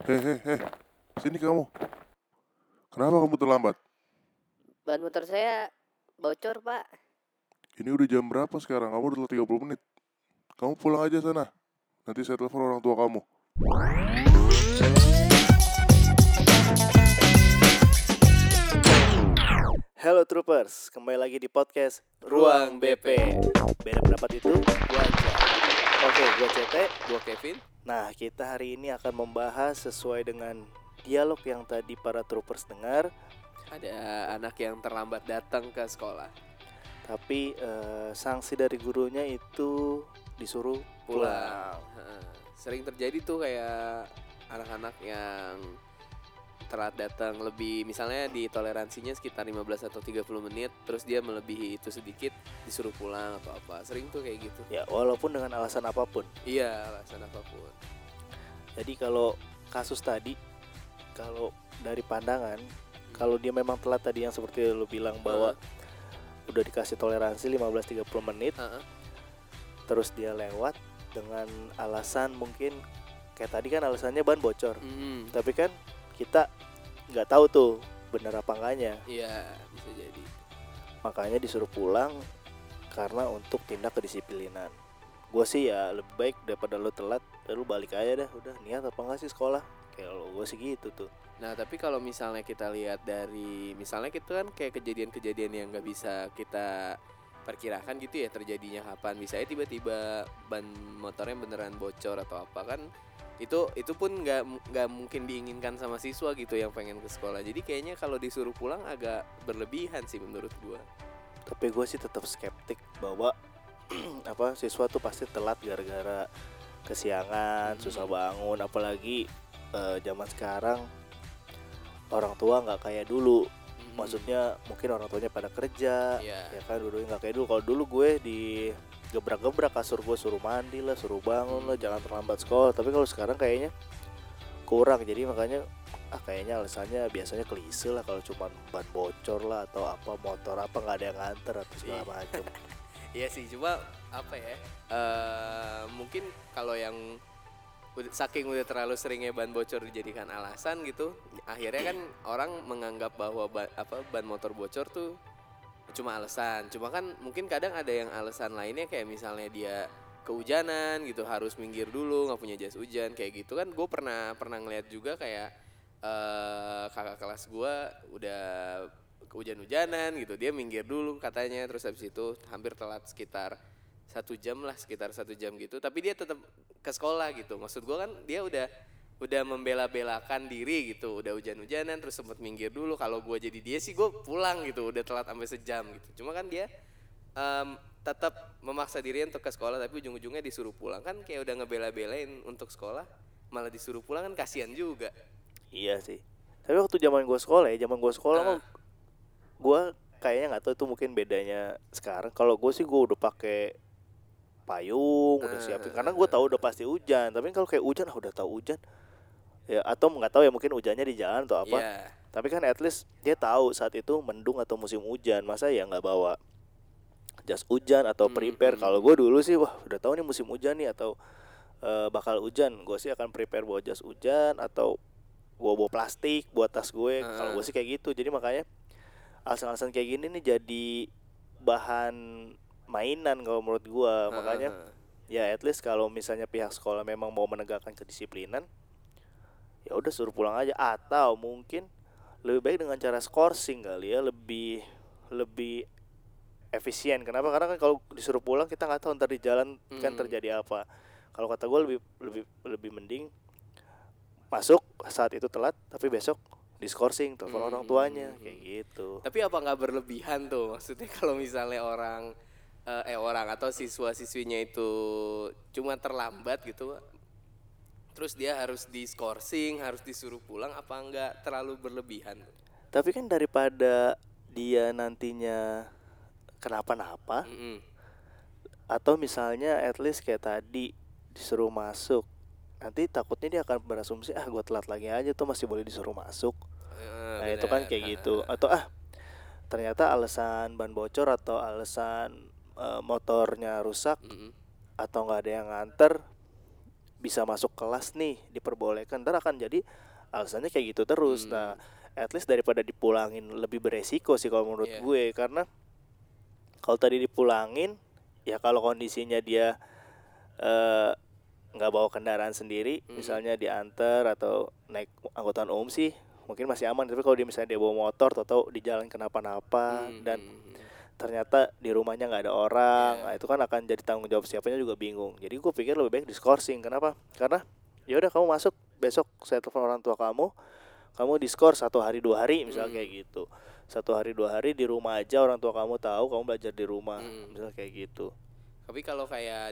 Hei, sini kamu. Kenapa kamu terlambat? Ban motor saya bocor, Pak. Ini udah jam berapa sekarang? Kamu udah telat 30 menit. Kamu pulang aja sana. Nanti saya telepon orang tua kamu. Halo Troopers, kembali lagi di podcast Ruang BP. Beda pendapat itu wajar. Oke, gue CT. Gue Kevin. Nah, kita hari ini akan membahas sesuai dengan dialog yang tadi para Troopers dengar. Ada anak yang terlambat datang ke sekolah. Tapi sanksi dari gurunya itu disuruh pulang. Sering terjadi tuh kayak anak-anak yang telat datang lebih, misalnya di toleransinya sekitar 15 atau 30 menit, terus dia melebihi itu sedikit disuruh pulang atau apa. Sering tuh kayak gitu. Ya, walaupun dengan alasan apapun. Iya, alasan apapun. Jadi kalau kasus tadi, kalau dari pandangan, kalau dia memang telat tadi yang seperti lu bilang bahwa udah dikasih toleransi 15-30 menit, terus dia lewat dengan alasan mungkin kayak tadi kan alasannya ban bocor. Tapi kan kita nggak tahu tuh benar apa enggaknya. Iya, bisa jadi. Makanya disuruh pulang karena untuk tindak kedisiplinan. Gue sih ya lebih baik daripada lo telat, lu balik aja dah. Udah niat apa enggak sih sekolah? Kayak lo, gue sih gitu tuh. Nah, tapi kalau misalnya kita lihat dari, misalnya kita kan kayak kejadian-kejadian yang nggak bisa kita perkirakan gitu ya, terjadinya kapan. Misalnya tiba-tiba ban motornya beneran bocor atau apa, kan itu pun nggak mungkin diinginkan sama siswa gitu yang pengen ke sekolah. Jadi kayaknya kalau disuruh pulang agak berlebihan sih menurut gua. Tapi gue sih tetap skeptik bahwa siswa tuh pasti telat gara-gara kesiangan, susah bangun. Apalagi zaman sekarang orang tua nggak kayak dulu. Maksudnya mungkin orang tuanya pada kerja, ya kan, dulu nggak kayak dulu. Kalau dulu gue di gebrak-gebrak kasur gue, suruh mandi lah, suruh bangun lah, jangan terlambat sekolah. Tapi kalau sekarang kayaknya kurang. Jadi makanya kayaknya alasannya biasanya klise lah, kalau cuma ban bocor lah atau apa, motor apa nggak ada yang nganter atau segala macam. Iya sih, cuma apa ya? Mungkin kalau yang saking udah terlalu seringnya ban bocor dijadikan alasan gitu, akhirnya kan orang menganggap bahwa ban motor bocor tuh cuma alasan. Cuma kan mungkin kadang ada yang alasan lainnya, kayak misalnya dia kehujanan gitu, harus minggir dulu, nggak punya jas hujan kayak gitu kan. Gue pernah ngeliat juga kayak kakak kelas gue udah kehujan-hujanan gitu, dia minggir dulu katanya, terus habis itu hampir telat sekitar 1 jam gitu, tapi dia tetap ke sekolah gitu. Maksud gue kan dia udah membela-belakan diri gitu, udah hujan-hujanan terus sempat minggir dulu. Kalau gue jadi dia sih gue pulang gitu, udah telat sampai sejam gitu. Cuma kan dia tetap memaksa diri untuk ke sekolah, tapi ujung-ujungnya disuruh pulang. Kan kayak udah ngebela-belain untuk sekolah, malah disuruh pulang, kan kasihan juga. Iya sih. Tapi waktu zaman gue sekolah mah gue kayaknya nggak tahu itu mungkin bedanya sekarang. Kalau gue sih gue udah pakai payung, udah siapin karena gue tahu udah pasti hujan. Tapi kalau kayak hujan udah tahu hujan ya, atau nggak tahu ya, mungkin hujannya di jalan atau apa. Tapi kan at least dia tahu saat itu mendung atau musim hujan. Masa ya nggak bawa jas hujan atau prepare. Kalau gue dulu sih udah tahu nih musim hujan nih atau bakal hujan, gue sih akan prepare bawa jas hujan atau gue bawa plastik buat tas gue. Kalau gue sih kayak gitu. Jadi makanya alasan-alasan kayak gini nih jadi bahan mainan kalau menurut gue. Makanya ya at least kalau misalnya pihak sekolah memang mau menegakkan kedisiplinan, ya udah suruh pulang aja. Atau mungkin lebih baik dengan cara skorsing kali ya, lebih efisien. Kenapa? Karena kan kalau disuruh pulang kita nggak tahu ntar di jalan kan terjadi apa. Kalau kata gue lebih mending masuk saat itu telat, tapi besok diskorsing, telepon orang tuanya kayak gitu. Tapi apa nggak berlebihan tuh? Maksudnya kalau misalnya orang atau siswa-siswinya itu cuma terlambat gitu, terus dia harus diskorsing, harus disuruh pulang, apa nggak terlalu berlebihan? Tapi kan daripada dia nantinya kenapa-napa, atau misalnya at least kayak tadi disuruh masuk, nanti takutnya dia akan berasumsi gue telat lagi aja tuh masih boleh disuruh masuk. Nah bener. Itu kan kayak gitu. Atau ternyata alasan ban bocor atau alasan motornya rusak atau nggak ada yang nganter, bisa masuk kelas nih, diperbolehkan, ntar akan jadi alasannya kayak gitu terus. Nah, at least daripada dipulangin lebih beresiko sih kalau menurut Iya. gue, karena kalau tadi dipulangin ya kalau kondisinya dia nggak bawa kendaraan sendiri, misalnya diantar atau naik angkutan umum sih mungkin masih aman. Tapi kalau dia misalnya dia bawa motor atau di jalan kenapa-napa dan ternyata di rumahnya nggak ada orang, nah itu kan akan jadi tanggung jawab siapanya juga bingung. Jadi gue pikir lebih baik diskorsing. Kenapa? Karena ya udah kamu masuk besok, saya telepon orang tua kamu diskors 1 hari 2 hari misalnya kayak gitu. 1 hari 2 hari di rumah aja, orang tua kamu tahu kamu belajar di rumah, misalnya kayak gitu. Tapi kalau kayak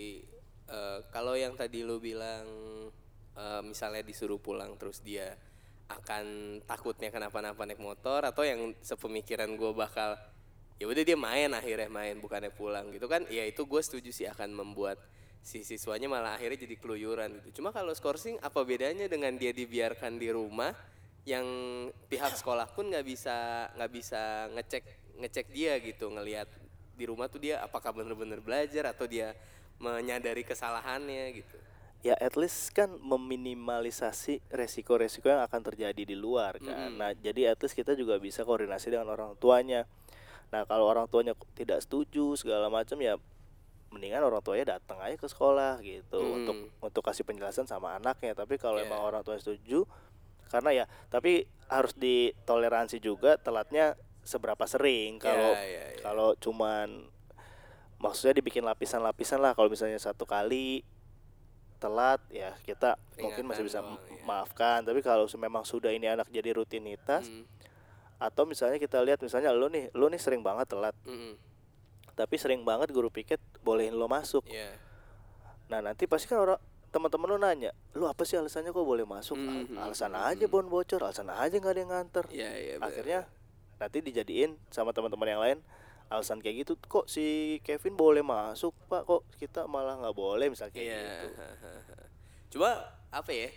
kalau yang tadi lu bilang misalnya disuruh pulang terus dia akan takutnya kenapa-napa naik motor, atau yang sepemikiran gue bakal ya udah dia akhirnya main bukannya pulang gitu kan, ya itu gue setuju sih akan membuat si siswanya malah akhirnya jadi keluyuran gitu. Cuma kalau skorsing apa bedanya dengan dia dibiarkan di rumah yang pihak sekolah pun nggak bisa ngecek dia gitu, ngelihat di rumah tuh dia apakah benar-benar belajar atau dia menyadari kesalahannya gitu. Ya at least kan meminimalisasi resiko-resiko yang akan terjadi di luar kan. Nah jadi at least kita juga bisa koordinasi dengan orang tuanya. Nah kalau orang tuanya tidak setuju segala macam, ya mendingan orang tuanya datang aja ke sekolah gitu untuk kasih penjelasan sama anaknya. Tapi kalau emang orang tua setuju, karena ya tapi harus ditoleransi juga telatnya seberapa sering. Kalau cuman maksudnya dibikin lapisan-lapisan lah. Kalau misalnya 1 kali telat ya kita mungkin masih bisa maafkan. Tapi kalau memang sudah ini anak jadi rutinitas, atau misalnya kita lihat misalnya lu nih sering banget telat, tapi sering banget guru piket bolehin lo masuk. Nah nanti pasti kan teman-teman lo nanya, lu apa sih alasannya kok boleh masuk? Alasan aja bon bocor, alasan aja nggak ada yang nganter. Akhirnya nanti dijadiin sama teman-teman yang lain alasan kayak gitu. Kok si Kevin boleh masuk pak, kok kita malah nggak boleh, misalnya kayak gitu. Coba apa ya?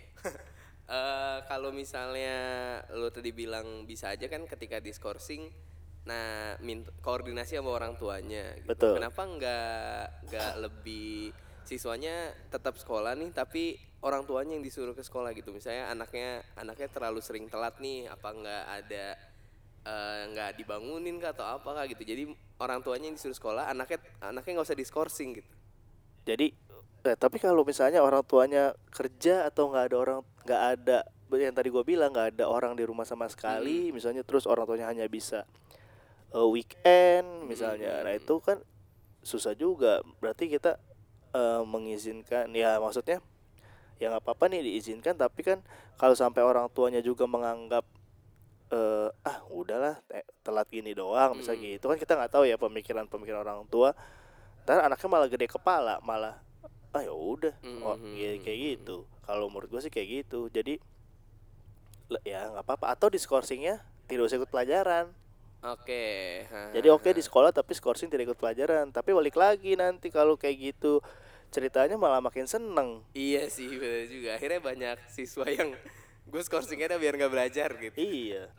Kalau misalnya lo tadi bilang bisa aja kan ketika diskorsing, nah koordinasi sama orang tuanya gitu. Betul. Kenapa nggak lebih siswanya tetap sekolah nih tapi orang tuanya yang disuruh ke sekolah gitu. Misalnya anaknya terlalu sering telat nih, apa nggak dibangunin kah atau apa kah gitu. Jadi orang tuanya yang disuruh sekolah, anaknya nggak usah diskorsing gitu. Jadi tapi kalau misalnya orang tuanya kerja atau nggak ada yang tadi gue bilang nggak ada orang di rumah sama sekali, misalnya terus orang tuanya hanya bisa weekend misalnya, nah itu kan susah juga. Berarti kita mengizinkan, ya maksudnya ya nggak apa-apa nih diizinkan, tapi kan kalau sampai orang tuanya juga menganggap udahlah telat gini doang misalnya gitu kan, kita nggak tahu ya pemikiran orang tua. Ntar anaknya malah gede kepala, malah ya udah kayak gitu. Kalau menurut gue sih kayak gitu. Jadi ya nggak apa-apa, atau diskorsingnya tidak usah ikut pelajaran. Jadi di sekolah tapi skorsing tidak ikut pelajaran. Tapi balik lagi nanti kalau kayak gitu ceritanya malah makin seneng. Iya sih benar juga. Akhirnya banyak siswa yang gue skorsingnya biar nggak belajar gitu. Iya.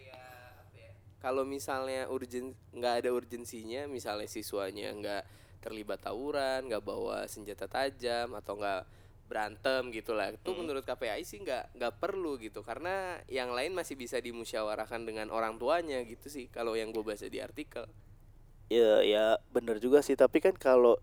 Kalau misalnya nggak ada urgensinya, misalnya siswanya nggak terlibat tawuran, nggak bawa senjata tajam atau nggak berantem gitulah, itu menurut KPAI sih nggak perlu gitu, karena yang lain masih bisa dimusyawarahkan dengan orang tuanya gitu sih kalau yang gue baca di artikel. Ya benar juga sih, tapi kan kalau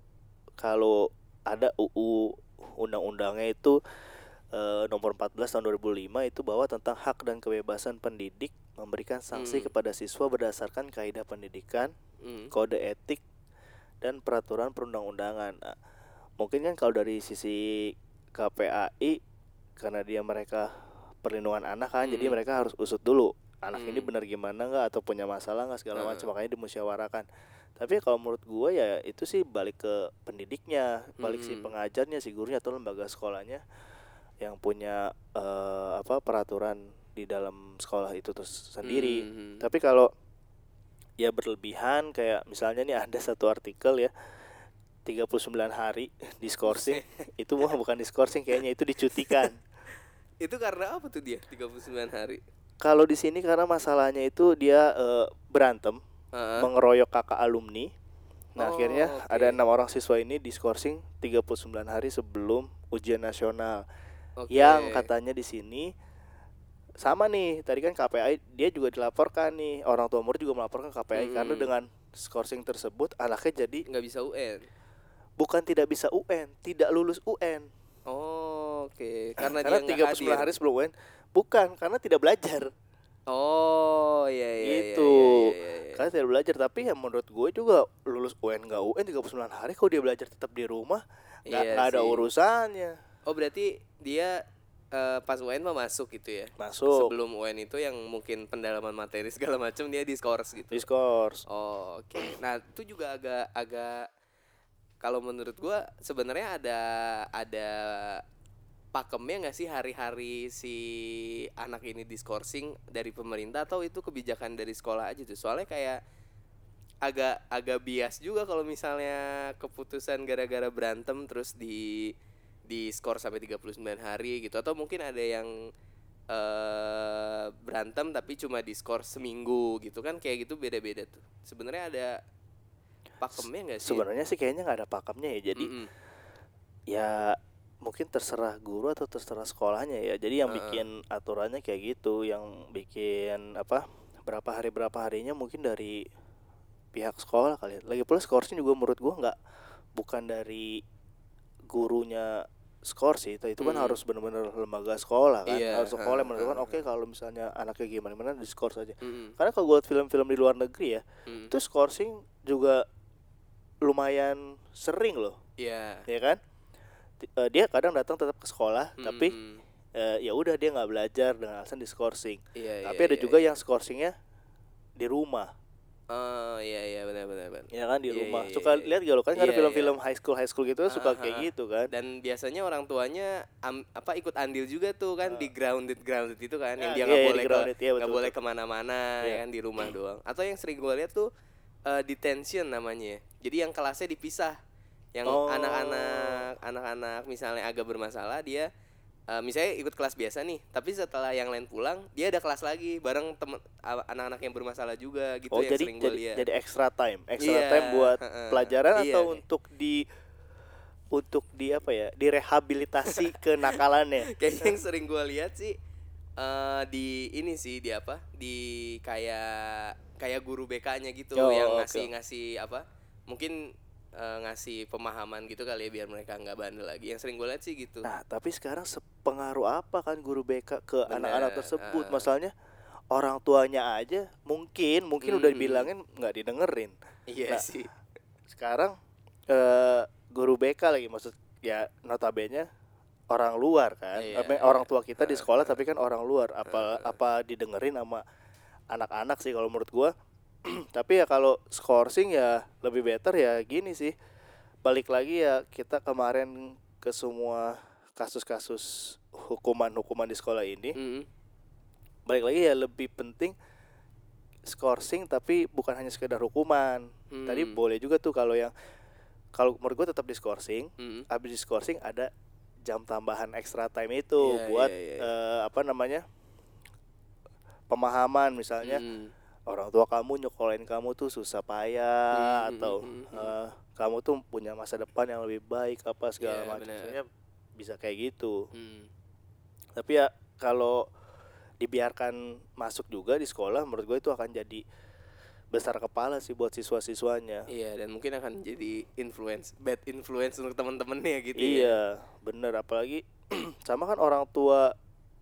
ada UU undang-undangnya itu nomor 14 tahun 2005 itu bahwa tentang hak dan kebebasan pendidik memberikan sanksi kepada siswa berdasarkan kaidah pendidikan, kode etik dan peraturan perundang-undangan. Nah, mungkin kan kalau dari sisi KPAI karena mereka perlindungan anak kan, jadi mereka harus usut dulu anak ini benar gimana nggak atau punya masalah nggak segala macam, makanya dimusyawarakan. Tapi kalau menurut gue ya itu sih balik ke pendidiknya, balik si pengajarnya, si gurunya atau lembaga sekolahnya yang punya peraturan di dalam sekolah itu sendiri. Tapi kalau ya berlebihan, kayak misalnya nih ada satu artikel ya 39 hari diskorsing itu mah bukan diskorsing kayaknya, itu dicutikan. Itu karena apa tuh dia 39 hari? Kalau di sini karena masalahnya itu dia berantem, mengeroyok kakak alumni Nah Oh, akhirnya oke. ada 6 orang siswa ini diskorsing 39 hari sebelum ujian nasional. Oke. Yang katanya di sini sama nih, tadi kan KPAI dia juga dilaporkan nih, orang tua murid juga melaporkan KPAI karena dengan skorsing tersebut anaknya jadi nggak bisa UN. bukan tidak bisa UN, tidak lulus UN. Oh, oke. Karena dia Karena nggak 39 hadir. hari sebelum UN bukan karena tidak belajar. Oh, iya iya Gitu. iya. Karena tidak belajar, tapi ya menurut gue juga lulus UN nggak UN 39 hari kalau dia belajar tetap di rumah Iya nggak ada sih. urusannya. Oh, berarti dia pas UN mah masuk gitu ya. Masuk Sebelum UN itu yang mungkin pendalaman materi segala macam dia diskors gitu. diskors. Oh, oke. Nah, itu juga agak kalau menurut gua sebenarnya ada pakemnya nggak sih hari-hari si anak ini diskorsing dari pemerintah atau itu kebijakan dari sekolah aja tuh? Soalnya kayak agak bias juga kalau misalnya keputusan gara-gara berantem terus di skor sampai 39 hari gitu, atau mungkin ada yang berantem tapi cuma di skor seminggu gitu kan, kayak gitu beda-beda tuh. Sebenarnya ada pakemnya nggak sih? Sebenarnya sih kayaknya nggak ada pakemnya ya. Jadi Mm-mm. ya mungkin terserah guru atau terserah sekolahnya ya. Jadi yang bikin aturannya kayak gitu, yang bikin apa berapa harinya mungkin dari pihak sekolah kali ya. Lagi pula skorsing juga menurut gua nggak bukan dari gurunya skor sih, itu kan harus benar-benar lembaga sekolah kan. Iya, Harus sekolah yang menentukan oke kalau misalnya anaknya gimana di skor saja. Mm-mm. Karena kalau gue lihat film-film di luar negeri ya, Mm. itu skorsing juga lumayan sering loh, Iya. ya kan? Dia kadang datang tetap ke sekolah, Mm-mm. tapi ya udah dia nggak belajar dengan alasan diskorsing. Iya, Tapi iya, ada iya, juga iya. yang skorsingnya di rumah. Oh, iya benar. Ya kan di Iya, rumah. iya, Suka iya. lihat gak lo kan ada Iya, film-film iya. high school gitu suka kayak gitu kan. Dan biasanya orang tuanya ikut andil juga tuh kan di grounded itu kan, yang dia iya, nggak di boleh grounded, iya, nggak betul, boleh betul. kemana-mana Iya. ya kan, di rumah doang. Atau yang sering gue lihat tuh detention namanya. Jadi yang kelasnya dipisah, yang Oh. anak-anak misalnya agak bermasalah dia misalnya ikut kelas biasa nih, tapi setelah yang lain pulang dia ada kelas lagi bareng temen anak-anak yang bermasalah juga gitu, Oh yang jadi sering gue lihat. jadi extra time Iya, buat pelajaran iya. atau untuk di apa ya, direhabilitasi kenakalannya. Kayaknya yang sering gue lihat sih di ini sih, di apa, di kayak guru BK-nya gitu, Oh, yang oke. ngasih apa, mungkin ngasih pemahaman gitu kali ya biar mereka nggak bandel lagi. Yang sering gue lihat sih gitu. Nah tapi sekarang sepengaruh apa kan guru BK ke Bener, anak-anak tersebut? Masalahnya orang tuanya aja mungkin udah dibilangin nggak didengerin. Iya Nah, sih. Sekarang guru BK lagi, maksud ya notabene orang luar kan. Iya, Orang tua kita di sekolah tapi kan orang luar. Apa didengerin sama anak-anak sih kalau menurut gua. Tapi ya kalau skorsing ya lebih better ya gini sih. Balik lagi ya kita kemarin ke semua kasus-kasus hukuman di sekolah ini. Mm-mm. Balik lagi ya lebih penting skorsing tapi bukan hanya sekedar hukuman. Tadi boleh juga tuh kalau menurut gue tetap diskorsing. Habis diskorsing ada jam tambahan extra time itu Iya, buat iya. apa namanya, pemahaman misalnya orang tua kamu nyekolahin kamu tuh susah payah atau kamu tuh punya masa depan yang lebih baik apa segala Iya, macam. benar. Sebenarnya bisa kayak gitu. Tapi ya kalau dibiarkan masuk juga di sekolah, menurut gue itu akan jadi besar kepala sih buat siswa-siswanya. Iya, dan mungkin akan jadi bad influence untuk teman-temannya gitu ya. Iya, bener. Apalagi sama kan orang tua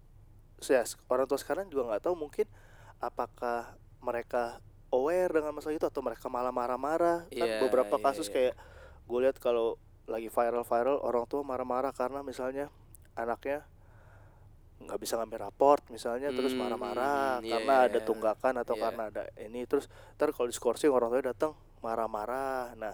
sekarang juga nggak tahu mungkin apakah mereka aware dengan masalah itu atau mereka malah marah-marah. Kan Iya, beberapa iya, kasus iya. kayak gue lihat kalau lagi viral orang tua marah-marah karena misalnya anaknya nggak bisa ngambil raport misalnya, terus marah-marah iya, karena iya, ada iya. tunggakan atau Iya. karena ada ini, terus ntar kalau diskorsing orang tua datang marah-marah. Nah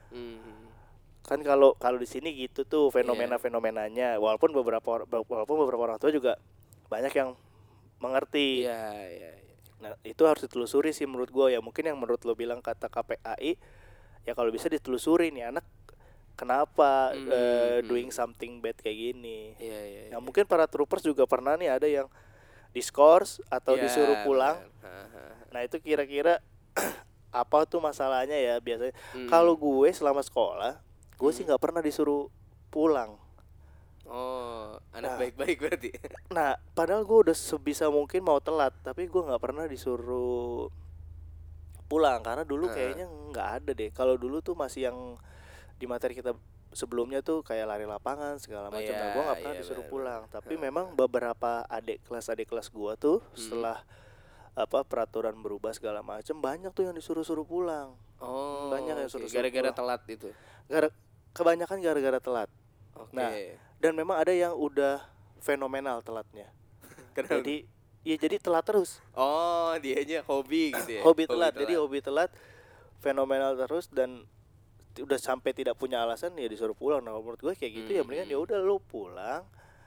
kan kalau di sini gitu tuh fenomena-fenomenanya, walaupun beberapa orang tua juga banyak yang mengerti. Iya. Nah itu harus ditelusuri sih menurut gue ya. Mungkin yang menurut lo bilang kata KPAI ya, kalau bisa ditelusuri nih anak kenapa doing something bad kayak gini. Iya. Nah mungkin para troopers juga pernah nih ada yang diskors atau Iya, disuruh pulang. benar. Nah itu kira-kira apa tuh masalahnya ya biasanya. Kalau gue selama sekolah, gue sih nggak pernah disuruh pulang. Oh, anak Nah. baik-baik berarti. Nah, padahal gue udah sebisa mungkin mau telat, tapi gue nggak pernah disuruh pulang karena dulu kayaknya nggak ada deh. Kalau dulu tuh masih yang di materi kita sebelumnya tuh kayak lari lapangan segala Oh, macam. Nah, iya, gue nggak pernah iya, disuruh benar, pulang. benar. Tapi memang beberapa adik kelas gue tuh setelah peraturan berubah segala macam, banyak tuh yang disuruh-suruh pulang. Oh, Banyak yang oke. suruh-suruh Gara-gara pulang. telat itu. Kebanyakan gara-gara telat. Oke. Nah, dan memang ada yang udah fenomenal telatnya. Kenapa? Jadi telat terus. Oh, dianya hobi gitu ya. Hobi telat. Jadi hobi telat fenomenal terus dan udah sampai tidak punya alasan ya disuruh pulang. Nah, menurut gue kayak gitu ya mendingan ya udah lu pulang.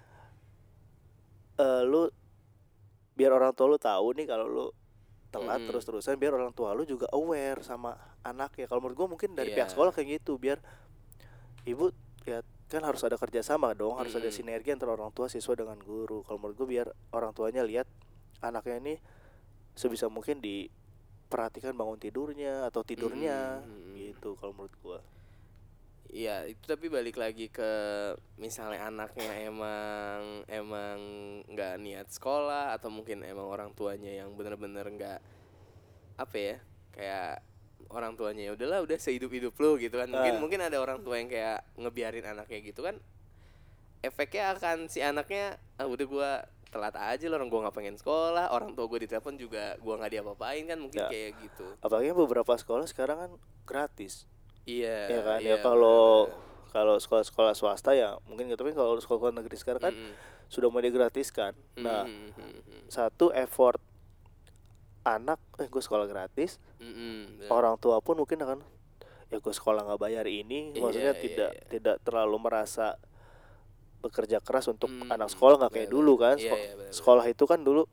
Lu biar orang tua lu tahu nih kalau lu telat terus-terusan, biar orang tua lu juga aware sama anaknya. Kalau menurut gue mungkin dari pihak sekolah kayak gitu, biar ibu ya kan harus ada kerjasama dong, harus ada sinergi antara orang tua, siswa dengan guru. Kalau menurut gue biar orang tuanya lihat anaknya ini sebisa mungkin diperhatikan bangun tidurnya atau tidurnya gitu kalau menurut gue. Iya, itu tapi balik lagi ke misalnya anaknya emang nggak niat sekolah atau mungkin emang orang tuanya yang bener-bener nggak apa ya, kayak orang tuanya ya udahlah udah sehidup-hidup lu gitu kan. Mungkin ada orang tua yang kayak ngebiarin anaknya gitu kan, efeknya akan si anaknya udah gua telat aja lah, orang gua nggak pengen sekolah, orang tua gua ditelepon juga gua nggak diapa-apain kan, mungkin kayak gitu. Apalagi beberapa sekolah sekarang kan gratis. Iya. Ya kan, iya, ya kalau sekolah-sekolah swasta ya mungkin gitu, tapi kalau sekolah negeri sekarang kan sudah mulai digratiskan. Nah, satu effort anak, gue sekolah gratis, orang tua pun mungkin akan ya gue sekolah nggak bayar ini, maksudnya tidak terlalu merasa bekerja keras untuk anak sekolah, nggak kayak dulu kan. Sekolah itu kan dulu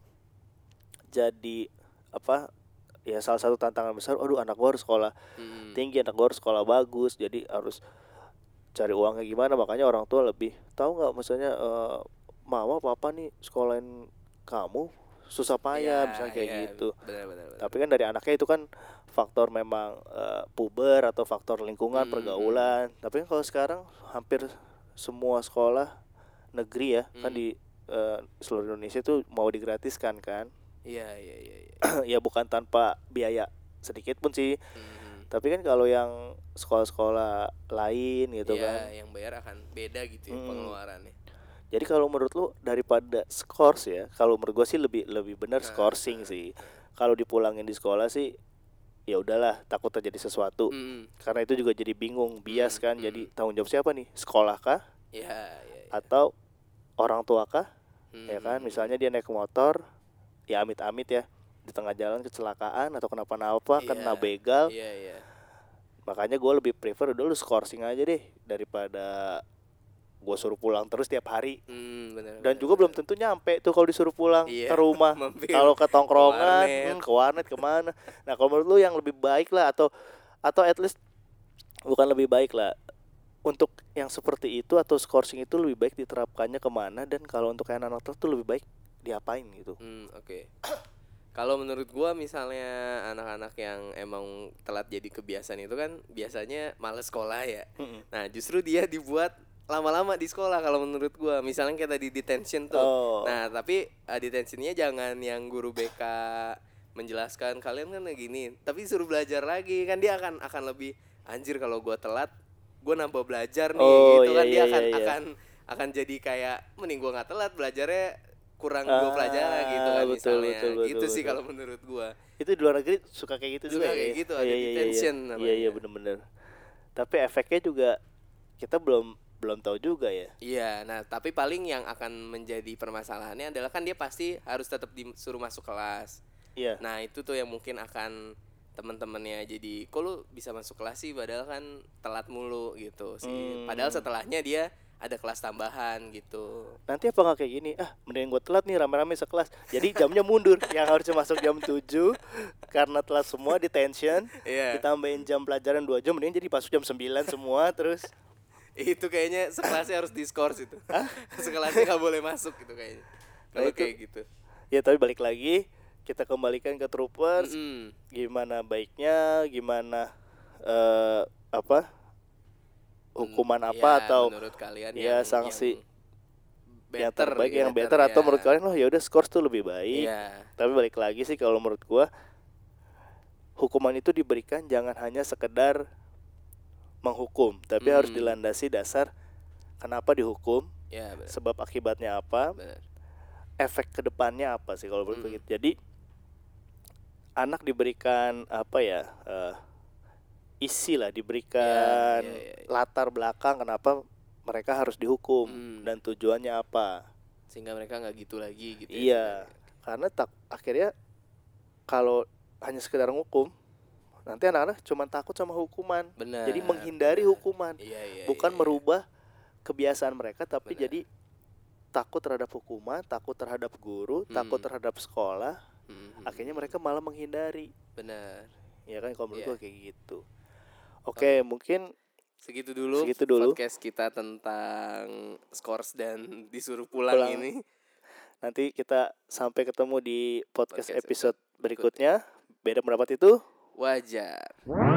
jadi apa? Ya salah satu tantangan besar. Aduh, anak gue harus sekolah tinggi, anak gue harus sekolah bagus, jadi harus cari uangnya gimana. Makanya orang tua lebih tahu nggak, misalnya mama papa nih sekolahin kamu susah payah, misalnya kayak gitu. Benar. Tapi kan dari anaknya itu kan faktor memang puber atau faktor lingkungan, pergaulan. Tapi kan kalau sekarang hampir semua sekolah negeri ya kan di seluruh Indonesia tuh mau digratiskan kan. Iya. Ya bukan tanpa biaya sedikit pun sih. Tapi kan kalau yang sekolah-sekolah lain gitu kan, yang bayar akan beda gitu ya pengeluarannya. Jadi kalau menurut lu daripada skors ya, kalau menurut gue sih lebih benar skorsing sih. Kalau dipulangin di sekolah sih ya udahlah, takut terjadi sesuatu. Karena itu juga jadi bingung, bias kan. Jadi tanggung jawab siapa nih? Sekolah kah? Iya. Atau orang tua kah? Ya kan, misalnya dia naik motor, ya amit-amit ya, di tengah jalan kecelakaan atau kenapa-napa, kena begal. Iya. Makanya gue lebih prefer udah lu skorsing aja deh daripada gue suruh pulang terus tiap hari. Dan juga belum tentu nyampe tuh kalau disuruh pulang ke rumah. Kalau ke tongkrongan, ke warnet, kemana. Nah kalau menurut lu yang lebih baik lah, atau at least bukan lebih baik lah, untuk yang seperti itu atau skorsing itu lebih baik diterapkannya kemana, dan kalau untuk anak-anak tuh lebih baik diapain gitu. Oke. Kalau menurut gua misalnya anak-anak yang emang telat jadi kebiasaan itu kan biasanya males sekolah ya. Nah justru dia dibuat lama-lama di sekolah kalau menurut gua. Misalnya kita di detention tuh. Nah tapi detentionnya jangan yang guru BK menjelaskan kalian kan gini, tapi suruh belajar lagi kan, dia akan lebih anjir kalau gua telat, gua nambah belajar nih gitu kan. Dia akan jadi kayak mending gua nggak telat, belajarnya kurang gue pelajari gitu kan, misalnya gitu sih kalau menurut gue. Itu di luar negeri suka kayak gitu juga kayak gitu, ada detention namanya. Iya benar-benar. Tapi efeknya juga kita belum tahu juga ya. Iya, nah tapi paling yang akan menjadi permasalahannya adalah kan dia pasti harus tetap disuruh masuk kelas. Iya. Nah itu tuh yang mungkin akan teman-temannya jadi, kok lu bisa masuk kelas sih padahal kan telat mulu gitu sih. Padahal setelahnya dia ada kelas tambahan gitu. Nanti apa nggak kayak gini, mending gue telat nih rame-rame sekelas, jadi jamnya mundur. Yang harusnya masuk jam 7 karena telat semua detention, ditambahin jam pelajaran 2 jam, mending jadi masuk jam 9 semua. Terus itu kayaknya sekelasnya harus diskors itu. Sekelasnya nggak boleh masuk gitu kayaknya kalau kayak gitu. Ya tapi balik lagi, kita kembalikan ke troopers. Gimana baiknya, gimana hukuman apa Ya, atau menurut kalian ya yang sanksi yang better, terbaik, yang better ya. atau menurut kalian ya udah skors tuh lebih baik. Iya. Tapi balik lagi sih kalau menurut gua hukuman itu diberikan jangan hanya sekedar menghukum, tapi harus dilandasi dasar kenapa dihukum, Ya, benar. sebab akibatnya apa, Benar. efek kedepannya apa sih kalau menurut begitu. Jadi anak diberikan isi lah, diberikan Ya. latar belakang kenapa mereka harus dihukum dan tujuannya apa, sehingga mereka nggak gitu lagi gitu. Iya, karena akhirnya kalau hanya sekedar ngukum, nanti anak-anak cuma takut sama hukuman. Benar, jadi menghindari hukuman, bukan merubah kebiasaan mereka, tapi jadi takut terhadap hukuman, takut terhadap guru, takut terhadap sekolah. Akhirnya mereka malah menghindari. Benar. Ya kan, kalau menurut gua kayak gitu. Oke, mungkin segitu dulu podcast kita tentang skors dan disuruh pulang ini. Nanti kita sampai ketemu di podcast episode berikutnya. Beda pendapat itu wajar.